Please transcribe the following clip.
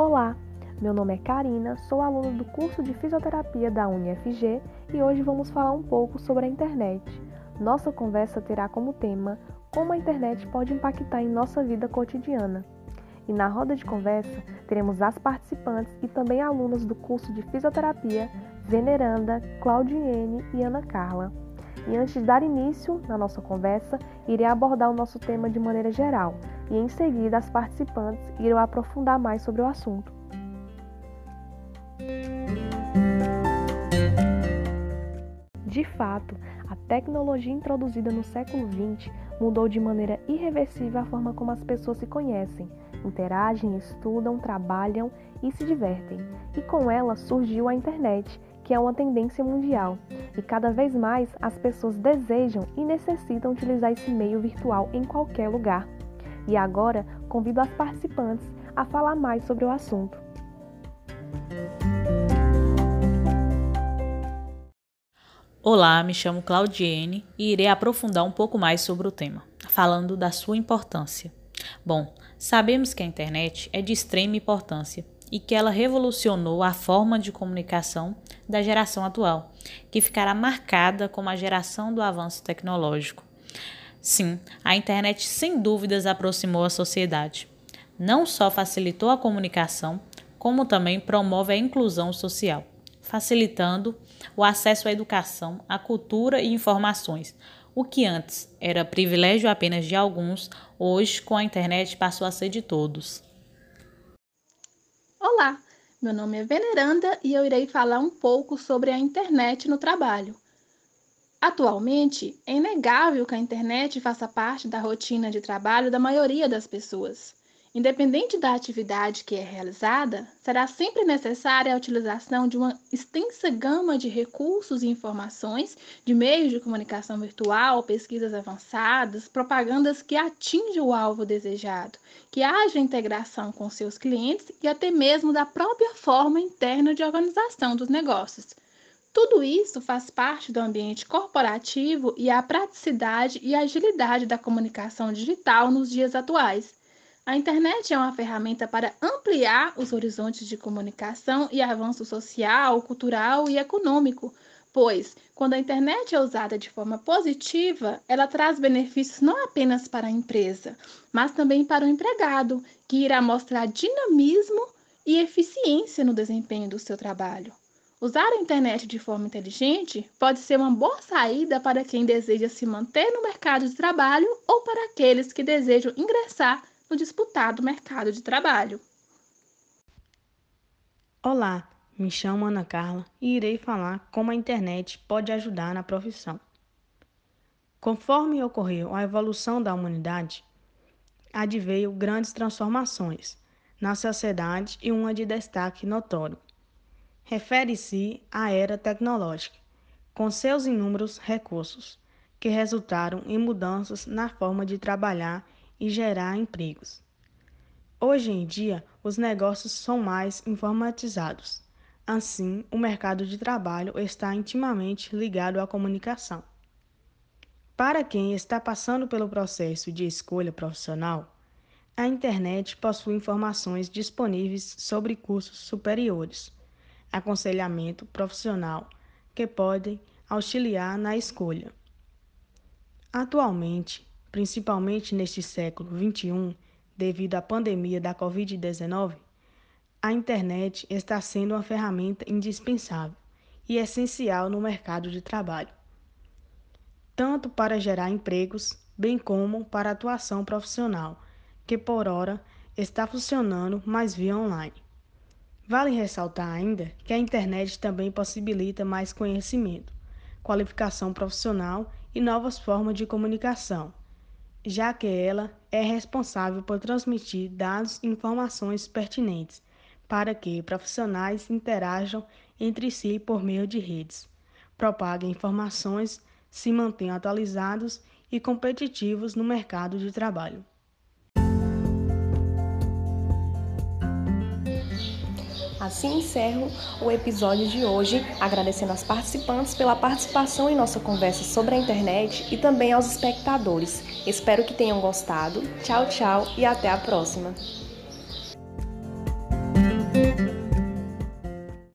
Olá, meu nome é Karina, sou aluna do curso de Fisioterapia da UniFG e hoje vamos falar um pouco sobre a internet. Nossa conversa terá como tema como a internet pode impactar em nossa vida cotidiana. E na roda de conversa teremos as participantes e também alunas do curso de Fisioterapia, Veneranda, Claudiene e Ana Carla. E antes de dar início na nossa conversa, irei abordar o nosso tema de maneira geral e em seguida as participantes irão aprofundar mais sobre o assunto. De fato, a tecnologia introduzida no século XX mudou de maneira irreversível a forma como as pessoas se conhecem, interagem, estudam, trabalham e se divertem. E com ela surgiu a internet, que é uma tendência mundial. E cada vez mais as pessoas desejam e necessitam utilizar esse meio virtual em qualquer lugar. E agora convido as participantes a falar mais sobre o assunto. Olá, me chamo Claudiene e irei aprofundar um pouco mais sobre o tema, falando da sua importância. Bom, sabemos que a internet é de extrema importância e que ela revolucionou a forma de comunicação da geração atual, que ficará marcada como a geração do avanço tecnológico. Sim, a internet sem dúvidas aproximou a sociedade. Não só facilitou a comunicação, como também promove a inclusão social, facilitando o acesso à educação, à cultura e informações. O que antes era privilégio apenas de alguns, hoje, com a internet, passou a ser de todos. Olá, meu nome é Veneranda e eu irei falar um pouco sobre a internet no trabalho. Atualmente, é inegável que a internet faça parte da rotina de trabalho da maioria das pessoas. Independente da atividade que é realizada, será sempre necessária a utilização de uma extensa gama de recursos e informações, de meios de comunicação virtual, pesquisas avançadas, propagandas que atinjam o alvo desejado, que haja integração com seus clientes e até mesmo da própria forma interna de organização dos negócios. Tudo isso faz parte do ambiente corporativo e a praticidade e agilidade da comunicação digital nos dias atuais. A internet é uma ferramenta para ampliar os horizontes de comunicação e avanço social, cultural e econômico, pois, quando a internet é usada de forma positiva, ela traz benefícios não apenas para a empresa, mas também para o empregado, que irá mostrar dinamismo e eficiência no desempenho do seu trabalho. Usar a internet de forma inteligente pode ser uma boa saída para quem deseja se manter no mercado de trabalho ou para aqueles que desejam ingressar no disputado mercado de trabalho. Olá, me chamo Ana Carla e irei falar como a internet pode ajudar na profissão. Conforme ocorreu a evolução da humanidade, adveio grandes transformações na sociedade e uma de destaque notório. Refere-se à era tecnológica, com seus inúmeros recursos, que resultaram em mudanças na forma de trabalhar e gerar empregos. Hoje em dia, os negócios são mais informatizados. Assim, o mercado de trabalho está intimamente ligado à comunicação. Para quem está passando pelo processo de escolha profissional, a internet possui informações disponíveis sobre cursos superiores, aconselhamento profissional, que podem auxiliar na escolha. Atualmente, principalmente neste século XXI, devido à pandemia da Covid-19, a internet está sendo uma ferramenta indispensável e essencial no mercado de trabalho, tanto para gerar empregos, bem como para a atuação profissional, que por ora está funcionando mais via online. Vale ressaltar ainda que a internet também possibilita mais conhecimento, qualificação profissional e novas formas de comunicação, já que ela é responsável por transmitir dados e informações pertinentes para que profissionais interajam entre si por meio de redes, propaguem informações, se mantenham atualizados e competitivos no mercado de trabalho. Assim encerro o episódio de hoje, agradecendo às participantes pela participação em nossa conversa sobre a internet e também aos espectadores. Espero que tenham gostado. Tchau, tchau e até a próxima!